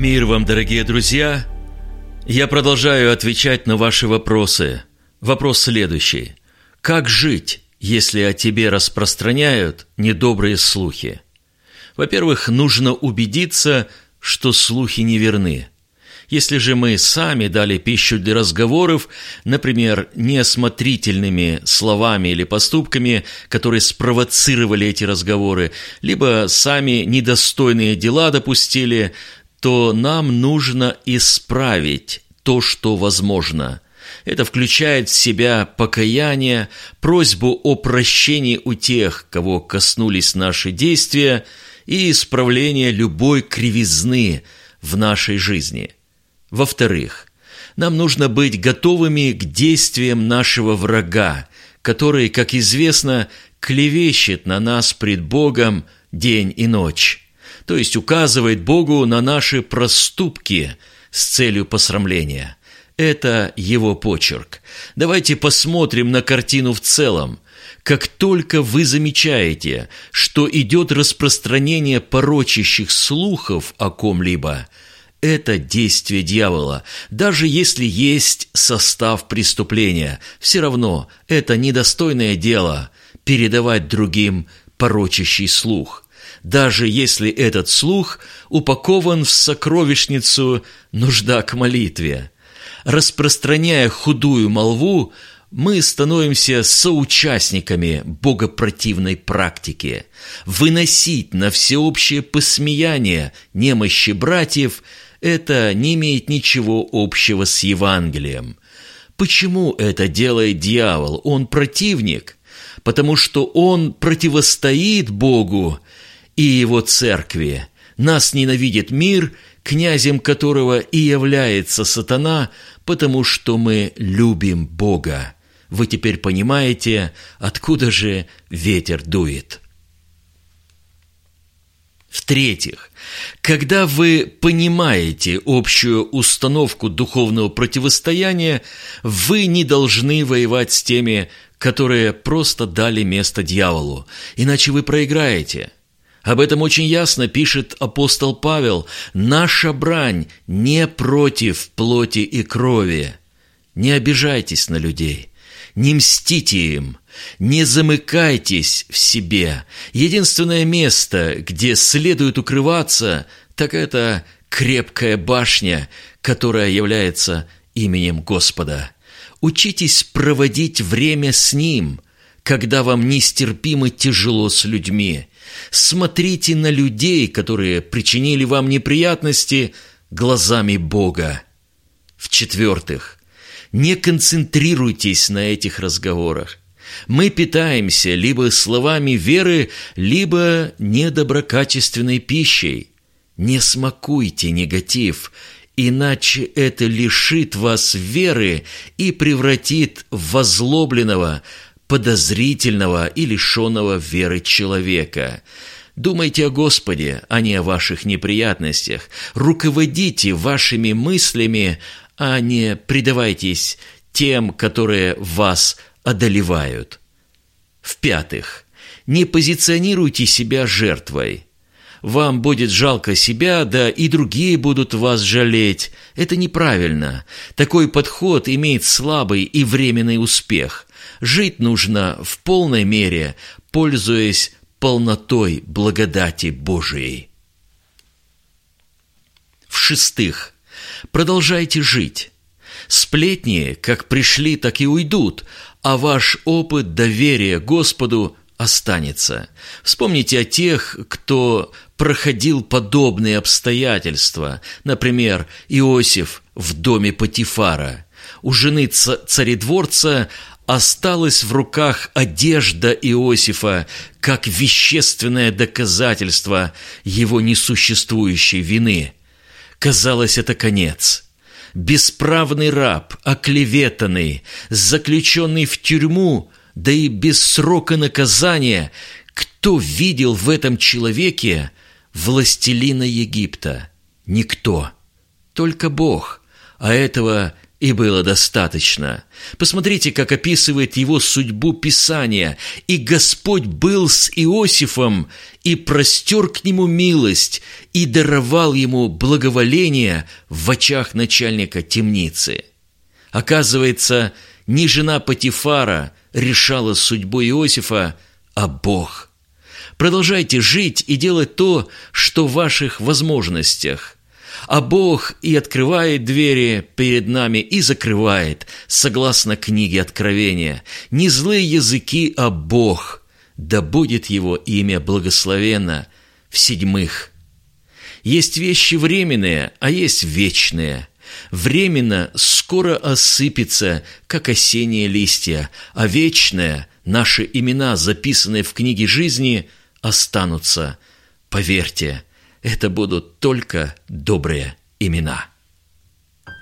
Мир вам, дорогие друзья! Я продолжаю отвечать на ваши вопросы. Вопрос следующий. Как жить, если о тебе распространяют недобрые слухи? Во-первых, нужно убедиться, что слухи неверны. Если же мы сами дали пищу для разговоров, например, неосмотрительными словами или поступками, которые спровоцировали эти разговоры, либо сами недостойные дела допустили, то нам нужно исправить то, что возможно. Это включает в себя покаяние, просьбу о прощении у тех, кого коснулись наши действия, и исправление любой кривизны в нашей жизни. Во-вторых, нам нужно быть готовыми к действиям нашего врага, который, как известно, клевещет на нас пред Богом день и ночь, то есть указывает Богу на наши проступки с целью посрамления. Это его почерк. Давайте посмотрим на картину в целом. Как только вы замечаете, что идет распространение порочащих слухов о ком-либо, это действие дьявола. Даже если есть состав преступления, все равно это недостойное дело передавать другим порочащий слух. Даже если этот слух упакован в сокровищницу «Нужда к молитве». Распространяя худую молву, мы становимся соучастниками богопротивной практики. Выносить на всеобщее посмеяние немощи братьев – это не имеет ничего общего с Евангелием. Почему это делает дьявол? Он противник, потому что он противостоит Богу и Его церкви. Нас ненавидит мир, князем которого и является сатана, потому что мы любим Бога. Вы теперь понимаете, откуда же ветер дует. В-третьих, когда вы понимаете общую установку духовного противостояния, вы не должны воевать с теми, которые просто дали место дьяволу, иначе вы проиграете. Об этом очень ясно пишет апостол Павел: «Наша брань не против плоти и крови». Не обижайтесь на людей, не мстите им, не замыкайтесь в себе. Единственное место, где следует укрываться, так это крепкая башня, которая является именем Господа. Учитесь проводить время с Ним, когда вам нестерпимо тяжело с людьми. Смотрите на людей, которые причинили вам неприятности, глазами Бога. В-четвертых, не концентрируйтесь на этих разговорах. Мы питаемся либо словами веры, либо недоброкачественной пищей. Не смакуйте негатив, иначе это лишит вас веры и превратит в озлобленного, подозрительного и лишенного веры человека. Думайте о Господе, а не о ваших неприятностях. Руководите вашими мыслями, а не предавайтесь тем, которые вас одолевают. В-пятых, не позиционируйте себя жертвой. Вам будет жалко себя, да и другие будут вас жалеть. Это неправильно. Такой подход имеет слабый и временный успех. Жить нужно в полной мере, пользуясь полнотой благодати Божией. В-шестых, продолжайте жить. Сплетни, как пришли, так и уйдут, а ваш опыт доверия Господу останется. Вспомните о тех, кто проходил подобные обстоятельства. Например, Иосиф в доме Потифара. У жены царедворца осталась в руках одежда Иосифа как вещественное доказательство его несуществующей вины. Казалось, это конец. Бесправный раб, оклеветанный, заключенный в тюрьму, да и без срока наказания, кто видел в этом человеке властелина Египта? Никто, только Бог, а этого и было достаточно. Посмотрите, как описывает его судьбу Писание. «И Господь был с Иосифом, и простер к нему милость, и даровал ему благоволение в очах начальника темницы». Оказывается, не жена Потифара решала судьбу Иосифа, а Бог. Продолжайте жить и делать то, что в ваших возможностях. А Бог и открывает двери перед нами, и закрывает, согласно книге Откровения. Не злые языки, а Бог. Да будет Его имя благословенно. В-седьмых, есть вещи временные, а есть вечные. Временно скоро осыпется, как осенние листья, а вечное, наши имена, записанные в книге жизни, останутся. Поверьте, это будут только добрые имена.